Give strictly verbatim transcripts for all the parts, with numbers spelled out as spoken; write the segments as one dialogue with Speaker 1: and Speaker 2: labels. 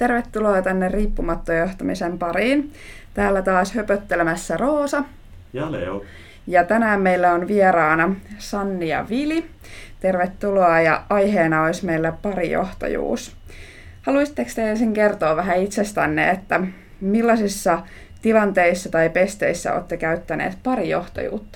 Speaker 1: Tervetuloa tänne Riippumattojohtamisen pariin. Täällä taas höpöttelemässä Roosa.
Speaker 2: Ja Leo.
Speaker 1: Ja tänään meillä on vieraana Sanni ja Vili. Tervetuloa ja aiheena olisi meillä parijohtajuus. Haluaisitteko te ensin kertoa vähän itsestänne, että millaisissa tilanteissa tai pesteissä olette käyttäneet parijohtajuutta?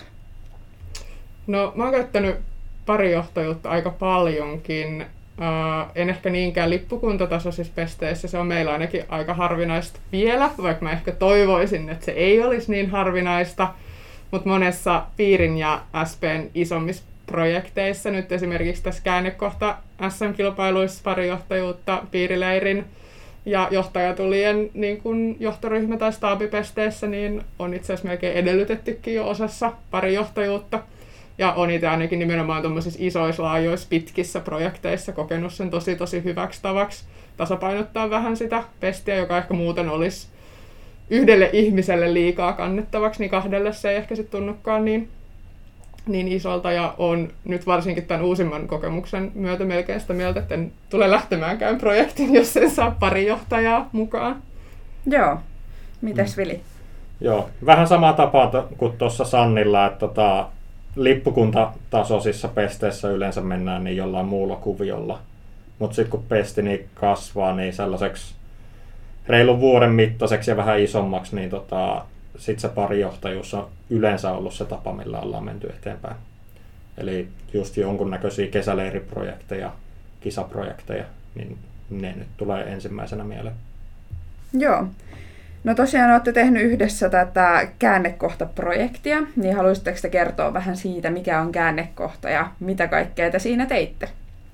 Speaker 3: No mä oon käyttänyt parijohtajuutta aika paljonkin. Uh, en ehkä niinkään lippukuntatasoisissa pesteissä, se on meillä ainakin aika harvinaista vielä, vaikka mä ehkä toivoisin, että se ei olisi niin harvinaista, mutta monessa piirin ja S P:n isommissa projekteissa, nyt esimerkiksi tässä käännekohta S M-kilpailuissa parijohtajuutta piirileirin ja johtajatulien niin kun johtoryhmä- tai staabipesteissä, niin on itse asiassa melkein edellytettykin jo osassa parijohtajuutta. Ja on itse ainakin nimenomaan tuollaisissa isoissa, laajoissa, pitkissä projekteissa kokenut sen tosi tosi hyväksi tavaksi tasapainottaa vähän sitä pestiä, joka ehkä muuten olisi yhdelle ihmiselle liikaa kannettavaksi, niin kahdelle se ei ehkä sitten tunnukaan niin, niin isolta. Ja on nyt varsinkin tämän uusimman kokemuksen myötä melkein sitä mieltä, että en tule lähtemäänkään projektin, jos en saa parijohtajaa mukaan.
Speaker 1: Joo. Mites Vili?
Speaker 4: Joo, vähän samaa tapaa kuin tuossa Sannilla, että tota, lippukuntatasoisissa pesteissä yleensä mennään niin jollain muulla kuviolla. Mutta sitten kun pesti niin kasvaa niin sellaiseksi reilun vuoden mittaiseksi ja vähän isommaksi, niin tota, sitten se parijohtajuus on yleensä ollut se tapa, millä ollaan menty eteenpäin. Eli just jonkunnäköisiä kesäleiriprojekteja, kisaprojekteja, niin ne nyt tulee ensimmäisenä mieleen.
Speaker 1: Joo. No tosiaan olette tehnyt yhdessä tätä käännekohtaprojektia, niin haluaisitteko te kertoa vähän siitä, mikä on käännekohta ja mitä kaikkea te siinä teitte?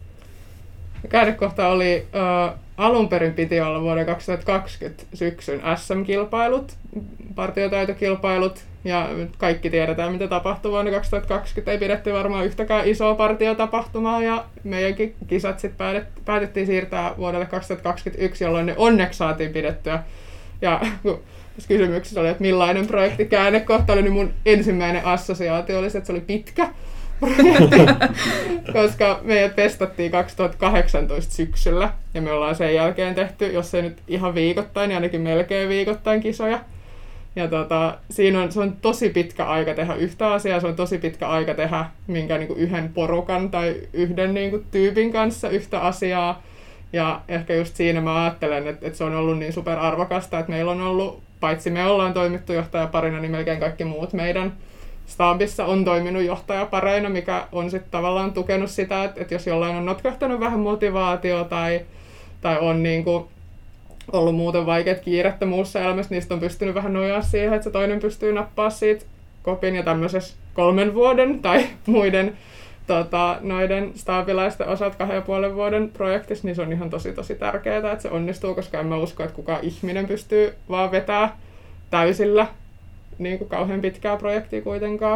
Speaker 3: Käännekohta oli äh, alun perin piti olla vuoden kaksituhattakaksikymmentä syksyn S M-kilpailut, partiotaitokilpailut, ja kaikki tiedetään, mitä tapahtui vuonna kaksituhattakaksikymmentä. Ei pidetty varmaan yhtäkään isoa partiotapahtumaa, ja meidänkin kisat sitten päätettiin siirtää vuodelle kaksituhattakaksikymmentäyksi, jolloin ne onneksi saatiin pidettyä. Ja kun kysymyksessä oli, että millainen projekti käännekohta oli, niin mun ensimmäinen assosiaatio oli se, että se oli pitkä projekti, koska meidät testattiin kaksituhattakahdeksantoista syksyllä, ja me ollaan sen jälkeen tehty, jos ei nyt ihan viikoittain, niin ainakin melkein viikoittain kisoja. Ja tota, siinä on, se on tosi pitkä aika tehdä yhtä asiaa, se on tosi pitkä aika tehdä minkä niin kuin yhden porukan tai yhden niin kuin tyypin kanssa yhtä asiaa. Ja ehkä just siinä mä ajattelen, että, että se on ollut niin superarvokasta, että meillä on ollut, paitsi me ollaan toimittu johtajaparina, niin melkein kaikki muut meidän staabissa on toiminut johtajapareina, mikä on sitten tavallaan tukenut sitä, että, että jos jollain on notkahtanut vähän motivaatio tai, tai on niin kuin ollut muuten vaikeat kiirettä muussa elämässä, niin on pystynyt vähän nojaa siihen, että se toinen pystyy nappaa siitä kopin ja tämmöisessä kolmen vuoden tai muiden Tota, noiden staabilaisten osat kahden ja puolen vuoden projektissa, niin se on ihan tosi tosi tärkeää, että se onnistuu, koska en mä usko, että kukaan ihminen pystyy vaan vetää täysillä niin kuin kauhean pitkää projektia kuitenkaan.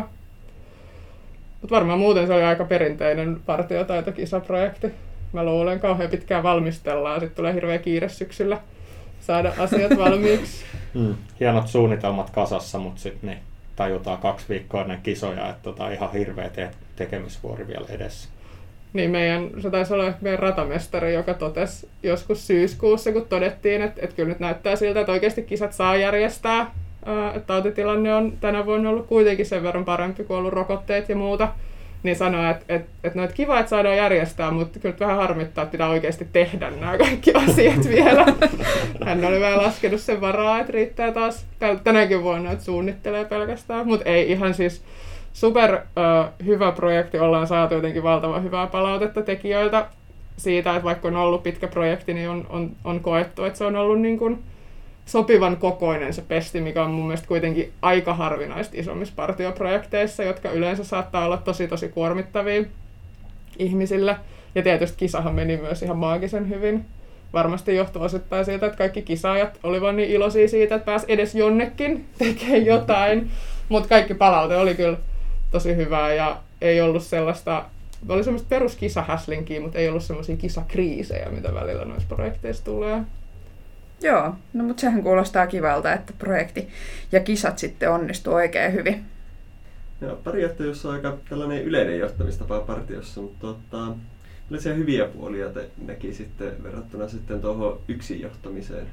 Speaker 3: Mutta varmaan muuten se oli aika perinteinen partiotaitokisaprojekti. Mä luulen, kauhean pitkään valmistellaan ja sitten tulee hirveä kiire syksyllä saada asiat valmiiksi.
Speaker 4: Mm, hienot suunnitelmat kasassa, mutta sitten niin tajutaan kaksi viikkoa ennen kisoja, että tota ihan hirveä te- tekemisvuori vielä edessä.
Speaker 3: Niin meidän, se taisi olla meidän ratamestari, joka totesi joskus syyskuussa, kun todettiin, että, että kyllä nyt näyttää siltä, että oikeasti kisat saa järjestää. Että tautitilanne on tänä vuonna ollut kuitenkin sen verran parempi kuin ollut rokotteet ja muuta. Niin sanoi, että, että, että no, kiva, että saadaan järjestää, mutta kyllä vähän harmittaa, että pitää oikeasti tehdä nämä kaikki asiat vielä. Hän oli vähän laskenut sen varaa, että riittää taas tänäkin vuonna, että suunnittelee pelkästään. Mutta ei ihan siis super uh, hyvä projekti, ollaan saatu jotenkin valtavan hyvää palautetta tekijöiltä siitä, että vaikka on ollut pitkä projekti, niin on, on, on koettu, että se on ollut niin kuin sopivan kokoinen se pesti, mikä on mun mielestä kuitenkin aika harvinaista isommissa partioprojekteissa, jotka yleensä saattaa olla tosi tosi kuormittavia ihmisille. Ja tietysti kisahan meni myös ihan maagisen hyvin. Varmasti johtuu osittain siitä, että kaikki kisaajat olivat niin iloisia siitä, että pääsi edes jonnekin tekemään jotain. Mutta kaikki palaute oli kyllä tosi hyvää ja ei ollut sellaista, oli semmoista peruskisahäslinkiä, mutta ei ollut semmoisia kisakriisejä, mitä välillä noissa projekteissa tulee.
Speaker 1: Joo, no mutta sehän kuulostaa kivalta, että projekti ja kisat sitten onnistuu oikein hyvin.
Speaker 2: Joo, parijohtajuus on aika tällainen yleinen johtamistapa partiossa, mutta tota, millaisia hyviä puolia te näkisitte verrattuna sitten tuohon yksin johtamiseen?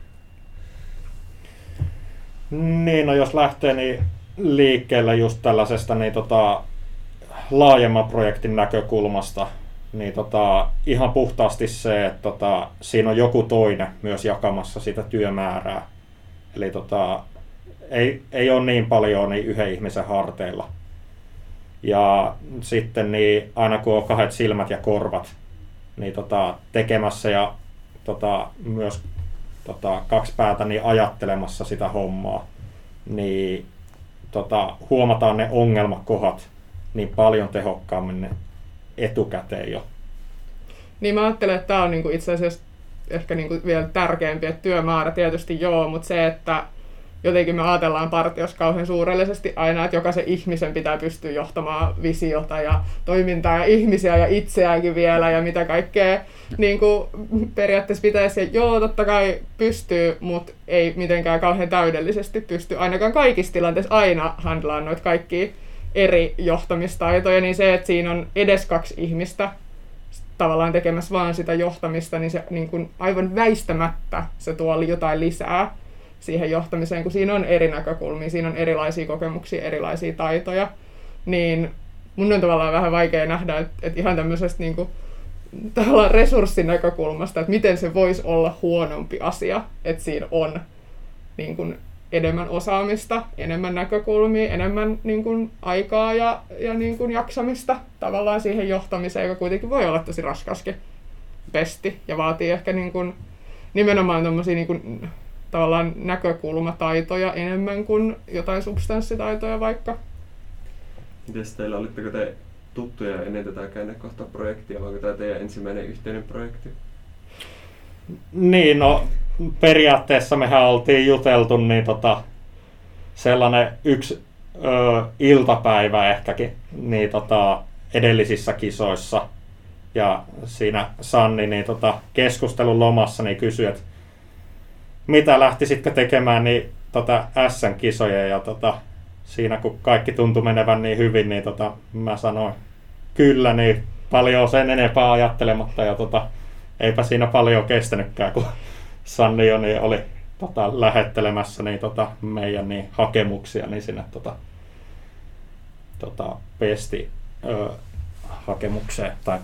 Speaker 4: Niin, no jos lähtee niin liikkeelle just tällaisesta niin tota, laajemman projektin näkökulmasta, niin tota, ihan puhtaasti se, että tota, siinä on joku toinen myös jakamassa sitä työmäärää. Eli tota, ei, ei ole niin paljon niin yhden ihmisen harteilla. Ja sitten niin aina kun on kahdet silmät ja korvat niin tota, tekemässä ja tota, myös tota, kaksi päätä niin ajattelemassa sitä hommaa, niin tota, huomataan ne ongelmakohdat niin paljon tehokkaammin ne etukäteen jo.
Speaker 3: Niin mä ajattelen, että tämä on niinku itse asiassa ehkä niinku vielä tärkeämpi, että työmäärä tietysti joo, mutta se, että jotenkin me ajatellaan partiossa kauhean suurellisesti aina, että jokaisen ihmisen pitää pystyä johtamaan visiota ja toimintaa ja ihmisiä ja itseäänkin vielä ja mitä kaikkea niin kuin periaatteessa pitäisi. Ja joo, totta kai pystyy, mutta ei mitenkään kauhean täydellisesti pysty ainakaan kaikissa tilanteissa aina handlaan noita kaikkia eri johtamistaitoja, niin se, että siinä on edes kaksi ihmistä tavallaan tekemässä vaan sitä johtamista, niin se niin kuin aivan väistämättä se tuo jotain lisää siihen johtamiseen, kun siinä on eri näkökulmia, siinä on erilaisia kokemuksia, erilaisia taitoja, niin mun on tavallaan vähän vaikea nähdä, että, että ihan tämmöisestä niin kuin, tavallaan resurssin näkökulmasta, että miten se voisi olla huonompi asia, että siinä on niin kuin, enemmän osaamista, enemmän näkökulmia, enemmän niin kuin, aikaa ja, ja niin kuin, jaksamista tavallaan siihen johtamiseen, joka kuitenkin voi olla tosi raskaskin pesti ja vaatii ehkä niin kuin, nimenomaan tommosia niin kuin, tavallaan näkökulmataitoja enemmän kuin jotain substanssitaitoja vaikka.
Speaker 2: Mites teillä, olitteko te tuttuja ennen tätä käännekohta projektia, vai onko tämä teidän ensimmäinen yhteinen projekti?
Speaker 4: Niin, no periaatteessa mehän oltiin juteltu niin tota, sellainen yksi ö, iltapäivä ehkäkin niin tota, edellisissä kisoissa. Ja siinä Sanni niin tota, keskustelun lomassa niin kysyi, että mitä lähtisitkö tekemään niin, tota, äs äm-kisoja, ja tota, siinä kun kaikki tuntui menevän niin hyvin, niin tota, mä sanoin kyllä, niin paljon sen enempää ajattelematta, ja tota, eipä siinä paljon kestänytkään, kun Sanni jo niin oli tota, lähettelemässä niin, tota, meidän niin, hakemuksia niin sinne tota, tota, pesti ö, hakemukseen. Tai,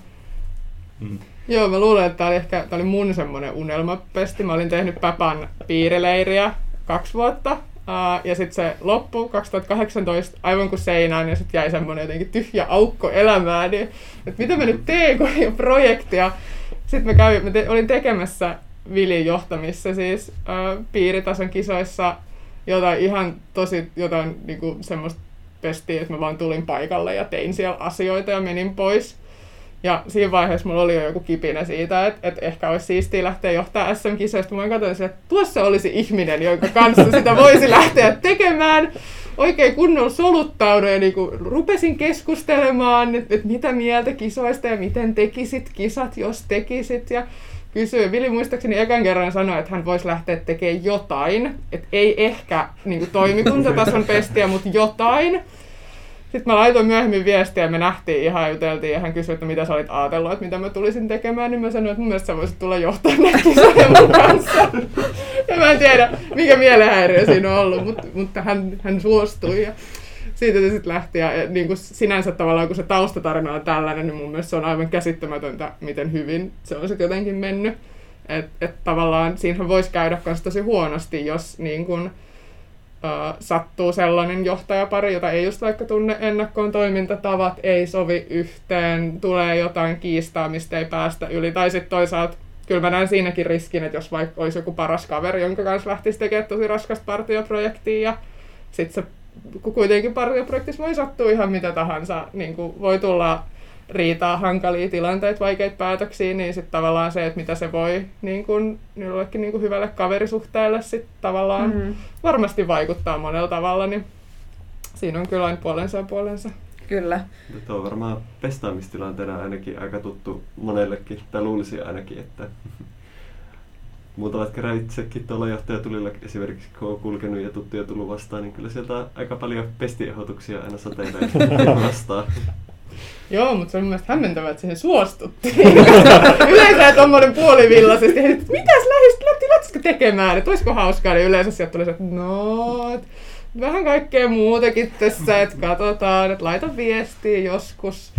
Speaker 4: mm.
Speaker 3: Joo, mä luulen, että tämä oli ehkä tää oli mun semmoinen unelmapesti. Mä olin tehnyt Päpän piirileiriä kaksi vuotta. Uh, ja sitten se loppui kaksituhattakahdeksantoista aivan kuin seinään, ja sitten jäi semmoinen jotenkin tyhjä aukko elämään. Niin, että mitä mä nyt teen, kun ei ole projektia. Sitten mä, kävin, mä te, olin tekemässä Vilin johtamissa siis uh, piiritason kisoissa jotain ihan tosi jotain niinku semmoista pestiä, että mä vaan tulin paikalle ja tein siellä asioita ja menin pois. Ja siinä vaiheessa mulla oli jo joku kipinä siitä, että, että ehkä olisi siistiä lähteä johtaa äs äm-kisoista. Mä katsoin sille, että tuossa olisi ihminen, jonka kanssa sitä voisi lähteä tekemään. Oikein kunnolla soluttaudun ja niin kuin rupesin keskustelemaan, että, että mitä mieltä kisoista ja miten tekisit kisat, jos tekisit. Ja kysyin. Vili muistaakseni ekan kerran sanoi, että hän voisi lähteä tekemään jotain. Että ei ehkä niin kuin toimikuntatason pestiä, mutta jotain. Sitten mä laitoin myöhemmin viestiä ja me nähtiin ihan ja juteltiin ja hän kysyi, että mitä sä olit ajatellut, että mitä mä tulisin tekemään, niin mä sanoin, että mun mielestä sä voisit tulla johtamaan näitä kisoja mun kanssa. Ja mä en tiedä, mikä mielenhäiriö siinä on ollut, mutta, mutta hän, hän suostui ja siitä se sitten lähti. Ja niin kuin sinänsä tavallaan, kun se taustatarina on tällainen, niin mun mielestä se on aivan käsittämätöntä, miten hyvin se on sitten jotenkin mennyt. Että et tavallaan siinähän voisi käydä myös tosi huonosti, jos niin kuin Uh, sattuu sellainen johtajapari, jota ei just vaikka tunne ennakkoon, toimintatavat ei sovi yhteen, tulee jotain kiistaa, mistä ei päästä yli. Tai sitten toisaalta kyllä mä näen siinäkin riskin, että jos vaikka olisi joku paras kaveri, jonka kanssa lähtisi tekemään tosi raskasta partioprojektia, ja sitten se kuitenkin partioprojektissa voi sattua ihan mitä tahansa, niin kuin voi tulla riitaa, hankalia tilanteita, vaikeita päätöksiä, niin sitten tavallaan se, että mitä se voi niin kun, jollekin niin kun hyvälle kaverisuhteelle sitten tavallaan mm-hmm. varmasti vaikuttaa monella tavalla, niin siinä on kyllä aina puolensa ja puolensa.
Speaker 1: Kyllä.
Speaker 2: Tuo on varmaan pestaamistilanteena ainakin aika tuttu monellekin, tai luulisin ainakin, että muutamat kerran itsekin tuolla johtajatulilla esimerkiksi, kun on kulkenut ja tuttuja tullut vastaan, niin kyllä sieltä aika paljon pestiehdotuksia aina sateilee vastaan.
Speaker 3: Joo, mutta se on mun mielestä hämmentävää, että siihen suostuttiin. Yleensä tommonen puolivillaisesti, että mitäs lähtisikö tekemään, että olisiko hauskaa, niin yleensä sieltä tuli se, että no, et, vähän kaikkea muutakin tässä, että katsotaan, että laita viestiä joskus.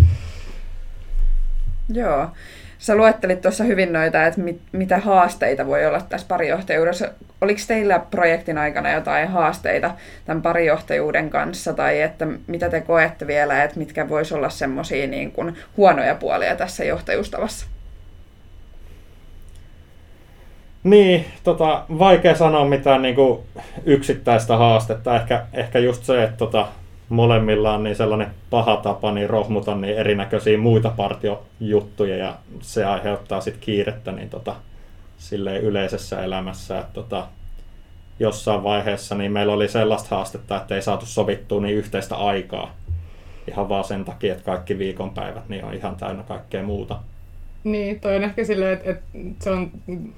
Speaker 1: Joo. Sä luettelit tuossa hyvin noita, että mit, mitä haasteita voi olla tässä parijohtajuudessa. Oliko teillä projektin aikana jotain haasteita tämän parijohtajuuden kanssa, tai että mitä te koette vielä, että mitkä vois olla semmoisia niin kuin huonoja puolia tässä johtajuustavassa?
Speaker 4: Niin, tota, vaikea sanoa mitään niin kuin yksittäistä haastetta. Ehkä, ehkä just se, että tota, molemmilla on niin sellainen paha tapa niin rohmuta niin erinäköisiä muita partiojuttuja ja se aiheuttaa sit kiirettä niin tota, silleen yleisessä elämässä. Että tota, jossain vaiheessa niin meillä oli sellaista haastetta, että ei saatu sovittua niin yhteistä aikaa. Ihan vaan sen takia, että kaikki viikonpäivät niin on ihan täynnä kaikkea muuta.
Speaker 3: Niin, toi on ehkä silleen, että, että se on...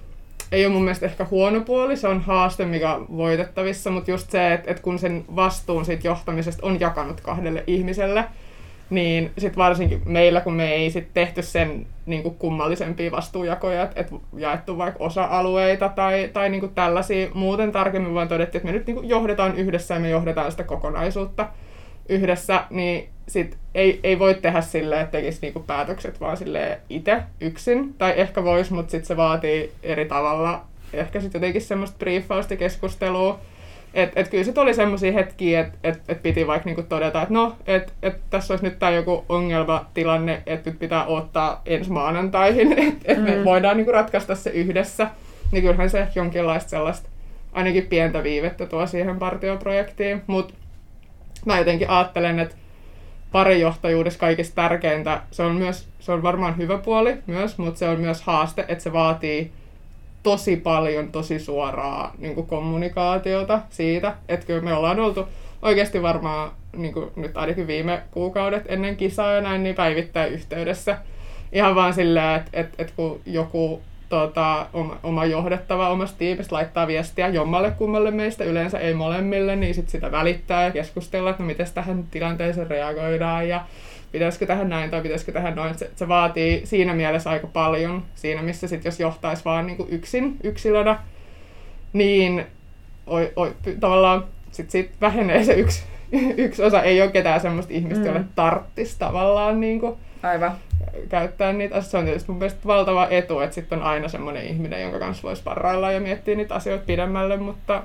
Speaker 3: Ei ole mun mielestä ehkä huono puoli, se on haaste, mikä on voitettavissa, mutta just se, että, että kun sen vastuun siitä johtamisesta on jakanut kahdelle ihmiselle, niin sitten varsinkin meillä, kun me ei sit tehty sen niin kuin kummallisempia vastuujakoja, että, että jaettu vaikka osa-alueita tai, tai niin kuin tällaisia muuten tarkemmin, vaan todettiin, että me nyt niin kuin johdetaan yhdessä ja me johdetaan sitä kokonaisuutta yhdessä, niin sit ei, ei voi tehdä silleen, että tekisi niinku päätökset vaan silleen itse yksin. Tai ehkä voisi, mutta sit se vaatii eri tavalla ehkä sit jotenkin semmoista briefausta keskustelua. Että et kyllä sit oli semmoisia hetkiä, että et, et piti vaikka niinku todeta, että no, että et tässä olisi nyt tää joku ongelmatilanne, että nyt pitää odottaa ensi maanantaihin, että et mm. me voidaan niinku ratkaista se yhdessä. Niin kyllähän se jonkinlaista sellaista, ainakin pientä viivettä tuo siihen partioprojektiin. Mut mä jotenkin ajattelen, että parijohtajuudessa kaikista tärkeintä, se on, myös, se on varmaan hyvä puoli myös, mutta se on myös haaste, että se vaatii tosi paljon, tosi suoraa niin kuin kommunikaatiota siitä, että kyllä me ollaan oltu oikeasti varmaan niin kuin nyt ainakin viime kuukaudet ennen kisaa ja näin, niin päivittäin yhteydessä. Ihan vaan silleen, että, että, että kun joku Tota, oma, oma johdettava omasta tiimistä laittaa viestiä jommalle kummalle meistä, yleensä ei molemmille, niin sit sitä välittää ja keskustellaan, että no miten tähän tilanteeseen reagoidaan ja pitäisikö tähän näin tai pitäisikö tähän noin. Se, se vaatii siinä mielessä aika paljon, siinä missä sit jos johtaisi vaan niinku yksin yksilönä, niin oi, oi, tavallaan sit siitä vähenee se yksi, yksi osa, ei ole ketään semmoista ihmistä, mm. jolle tarttisi tavallaan niinku
Speaker 1: Aivan.
Speaker 3: käyttää niitä asioita. Se on tietysti mun mielestä valtava etu, että sitten on aina semmoinen ihminen, jonka kanssa voisi parrailla ja miettiä niitä asioita pidemmälle, mutta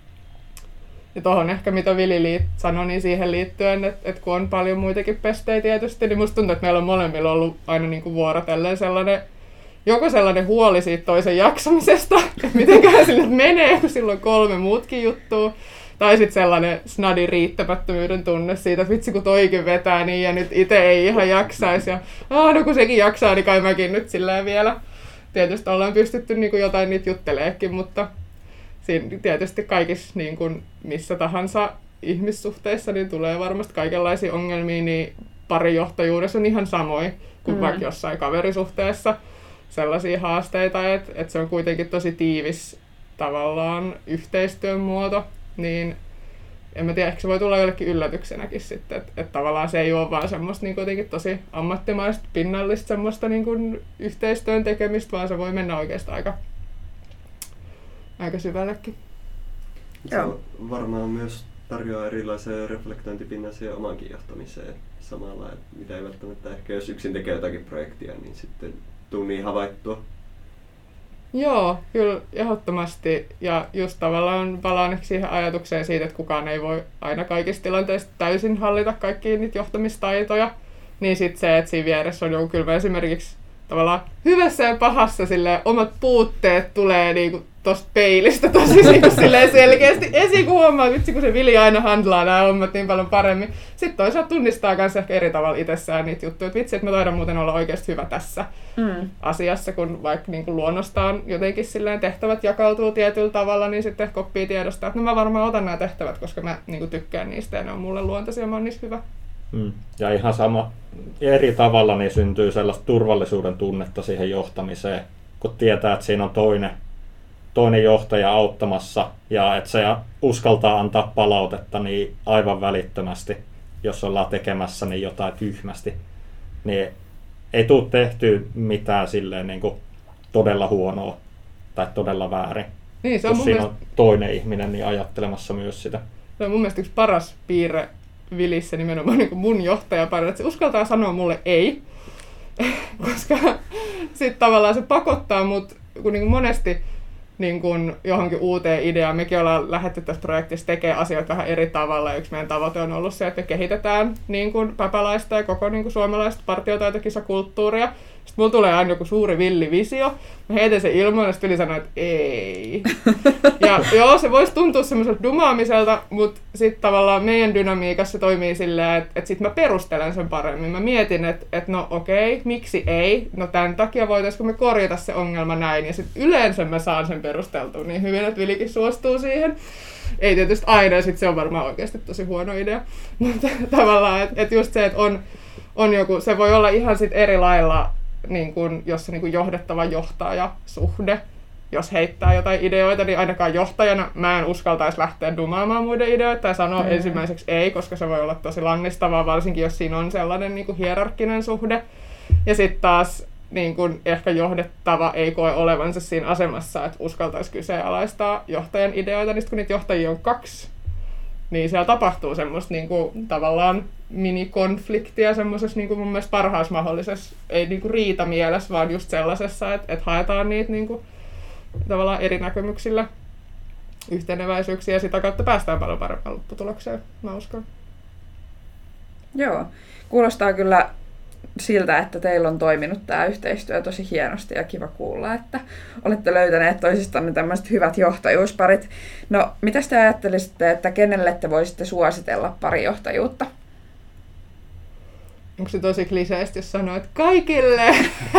Speaker 3: ja tohon ehkä mitä Vili liit- sanoi niin siihen liittyen, että, että kun on paljon muitakin pestejä tietysti, niin musta tuntuu, että meillä on molemmilla ollut aina niin kuin vuorotellen sellainen, joko sellainen huoli siitä toisen jaksamisesta, että mitenköhän sille menee, kun silloin kolme muutkin juttua, tai sitten sellainen snadi riittämättömyyden tunne siitä, että vitsi kun toikin vetää niin ja nyt itse ei ihan jaksaisi. Ja aah, no kun sekin jaksaa, niin kai mäkin nyt sillä vielä. Tietysti ollaan pystytty niin kuin jotain niitä jutteleekin, mutta siinä tietysti kaikissa niin kuin missä tahansa ihmissuhteissa niin tulee varmasti kaikenlaisia ongelmia, niin parijohtajuudessa on ihan samoin kuin mm. vaikka jossain kaverisuhteessa sellaisia haasteita, että, että se on kuitenkin tosi tiivis tavallaan yhteistyön muoto. Niin en mä tiedä, ehkä se voi tulla jollekin yllätyksenäkin sitten, että et tavallaan se ei ole vaan semmoista niin kuitenkin tosi ammattimaista, pinnallista semmoista niin kuin yhteistyön tekemistä, vaan se voi mennä oikeastaan aika, aika syvällekin.
Speaker 2: Se Joo. varmaan myös tarjoaa erilaisia reflektointipinnan siihen omaankin johtamiseen samalla, että mitä ei välttämättä ehkä jos yksin tekee jotakin projektia, niin sitten tuu niin havaittua.
Speaker 3: Joo, kyllä ehdottomasti. Ja just tavallaan palaan siihen ajatukseen siitä, että kukaan ei voi aina kaikissa tilanteissa täysin hallita kaikkia niitä johtamistaitoja. Niin sitten se, että siinä vieressä on joku kyllä esimerkiksi tavallaan hyvässä ja pahassa silleen, omat puutteet tulee niinku tosta peilistä tosi niinku silleen selkeästi esiin, kun huomaa, että vitsi kun se Vili aina handlaa nämä hommat niin paljon paremmin. Sitten toisaalta tunnistaa myös ehkä eri tavalla itsessään niitä juttuja, että vitsi, että mä taidan muuten olla oikeasti hyvä tässä mm. asiassa, kun vaikka niinku luonnostaan jotenkin silleen tehtävät jakautuu tietyllä tavalla, niin sitten ehkä oppii tiedostaa, että no mä varmaan otan nämä tehtävät, koska mä niinku tykkään niistä ja ne on mulle luontaisia ja mä oon niissä hyvä.
Speaker 4: Mm. Ja ihan sama, eri tavalla niin syntyy sellaista turvallisuuden tunnetta siihen johtamiseen, kun tietää, että siinä on toinen, toinen johtaja auttamassa ja että se uskaltaa antaa palautetta niin aivan välittömästi, jos ollaan tekemässä niin jotain tyhmästi. niin ei tule tehty mitään silleen niin kuin todella huonoa tai todella väärin.
Speaker 3: Niin, se on
Speaker 4: jos
Speaker 3: mun
Speaker 4: siinä
Speaker 3: mielestä...
Speaker 4: on toinen ihminen niin ajattelemassa myös sitä.
Speaker 3: Se on mun mielestä yksi paras piirre Vilissä nimenomaan niin kuin mun johtajapari, että se uskaltaa sanoa mulle ei, koska sitten tavallaan se pakottaa mut, kun niin kuin monesti niin kuin johonkin uuteen ideaan. Mekin ollaan lähdetty tässä projektissa tekemään asioita vähän eri tavalla. Yksi meidän tavoite on ollut se, että me kehitetään niin kuin päpäläistä ja koko niin kuin suomalaista partiotaitokisakulttuuria. Sitten mulla tulee aina joku suuri villivisio. Mä heitän sen ilmoille ja sitten Vili sanoo, että ei. Ja joo, se voisi tuntua semmoiselta dumaamiselta, mutta sitten tavallaan meidän dynamiikassa se toimii silleen, että, että sitten mä perustelen sen paremmin. Mä mietin, että, että no okei, miksi ei? No tämän takia voitaisiinko me korjata se ongelma näin. Ja sitten yleensä mä saan sen perusteltua niin hyvin, että Vilikin suostuu siihen. Ei tietysti aina, ja sitten se on varmaan oikeasti tosi huono idea. Mutta tavallaan, että, että just se, että on, on joku, se voi olla ihan sit eri lailla, niin kun, jos se niin kun johdettava johtaja-suhde, jos heittää jotain ideoita, niin ainakaan johtajana mä en uskaltaisi lähteä dumaamaan muiden ideoita tai sanoa mm. ensimmäiseksi ei, koska se voi olla tosi lannistavaa, varsinkin jos siinä on sellainen niin kun hierarkkinen suhde. Ja sitten taas niin kun ehkä johdettava ei koe olevansa siinä asemassa, että uskaltaisi kyseenalaistaa johtajan ideoita, niin kun niitä johtajia on kaksi, niin siellä tapahtuu semmoista niinku, tavallaan minikonfliktia semmoisessa niinku, mun mielestä parhaassa mahdollisessa, ei niinku, riitamielessä, vaan just sellaisessa, että et haetaan niitä niinku, tavallaan eri näkemyksillä yhteneväisyyksiä ja sitä kautta päästään paljon parempaan lopputulokseen, mä uskon.
Speaker 1: Joo, kuulostaa kyllä siltä, että teillä on toiminut tämä yhteistyö tosi hienosti ja kiva kuulla, että olette löytäneet toisistanne tämmöiset hyvät johtajuusparit. No, mitä te ajattelisitte, että kenelle te voisitte suositella parijohtajuutta?
Speaker 3: Onko se tosi kliseesti, jos sanoo, että kaikille?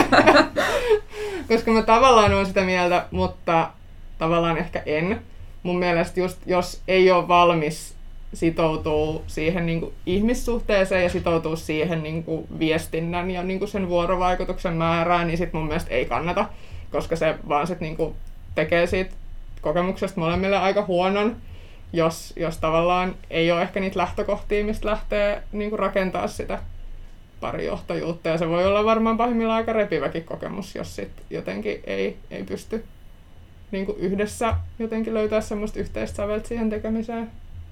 Speaker 3: Koska mä tavallaan olen sitä mieltä, mutta tavallaan ehkä en. Mun mielestä just, jos ei ole valmis sitoutuu siihen niin kuin ihmissuhteeseen ja sitoutuu siihen niin kuin viestinnän ja niin kuin sen vuorovaikutuksen määrään, niin sit mun mielestä ei kannata, koska se vaan sit niin kuin tekee siitä kokemuksesta molemmille aika huonon, jos, jos tavallaan ei ole ehkä niitä lähtökohtia, mistä lähtee niin kuin rakentaa sitä parijohtajuutta. Ja se voi olla varmaan pahimmillaan aika repiväkin kokemus, jos sit jotenkin ei, ei pysty niin kuin yhdessä jotenkin löytää semmoista yhteistä säveltä siihen tekemiseen.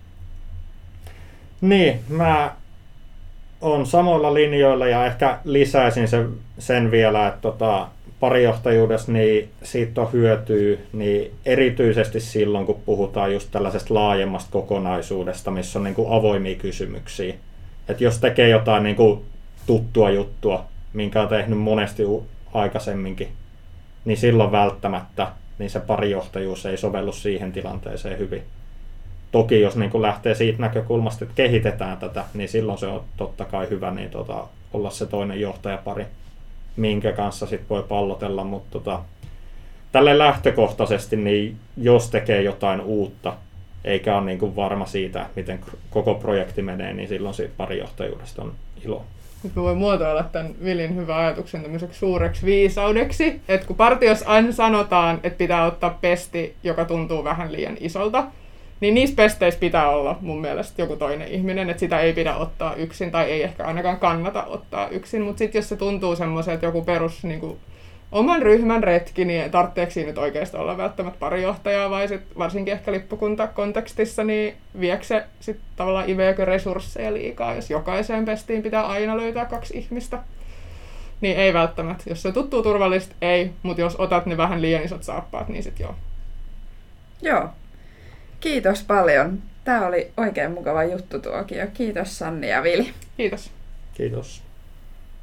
Speaker 4: Niin, mä oon samoilla linjoilla ja ehkä lisäisin sen, sen vielä, että tota, parijohtajuudessa niin siitä on hyötyä niin erityisesti silloin, kun puhutaan just tällaisesta laajemmasta kokonaisuudesta, missä on niin kuin avoimia kysymyksiä. Et jos tekee jotain niin kuin tuttua juttua, minkä on tehnyt monesti aikaisemminkin, niin silloin välttämättä niin se parijohtajuus ei sovellu siihen tilanteeseen hyvin. Toki jos niin kun lähtee siitä näkökulmasta, että kehitetään tätä, niin silloin se on totta kai hyvä niin tota, olla se toinen johtajapari, minkä kanssa sit voi pallotella. Mutta tota, tälle lähtökohtaisesti, niin jos tekee jotain uutta, eikä ole niin kun varma siitä, miten koko projekti menee, niin silloin siitä parijohtajuudesta on ilo.
Speaker 3: Nyt mä voin muotoilla tämän Vilin hyvän ajatuksen tämmöiseksi suureksi viisaudeksi, että kun partiossa aina sanotaan, että pitää ottaa pesti, joka tuntuu vähän liian isolta, niin niissä pesteissä pitää olla mun mielestä joku toinen ihminen, että sitä ei pidä ottaa yksin tai ei ehkä ainakaan kannata ottaa yksin, mutta sitten jos se tuntuu semmoiselta, että joku perus niin kuin, oman ryhmän retki, niin tarvitseeko siinä nyt oikeasti olla välttämättä parijohtajaa vai sit varsinkin ehkä lippukuntakontekstissa, niin viekö se sitten tavallaan iveekö resursseja liikaa, jos jokaiseen pestiin pitää aina löytää kaksi ihmistä, niin ei välttämättä. Jos se tuttuu turvallisesti, ei, mutta jos otat ne vähän liian isot saappaat, niin sitten joo.
Speaker 1: Joo. Kiitos paljon. Tämä oli oikein mukava juttu tuokio. Kiitos Sanni ja Vili.
Speaker 3: Kiitos.
Speaker 4: Kiitos.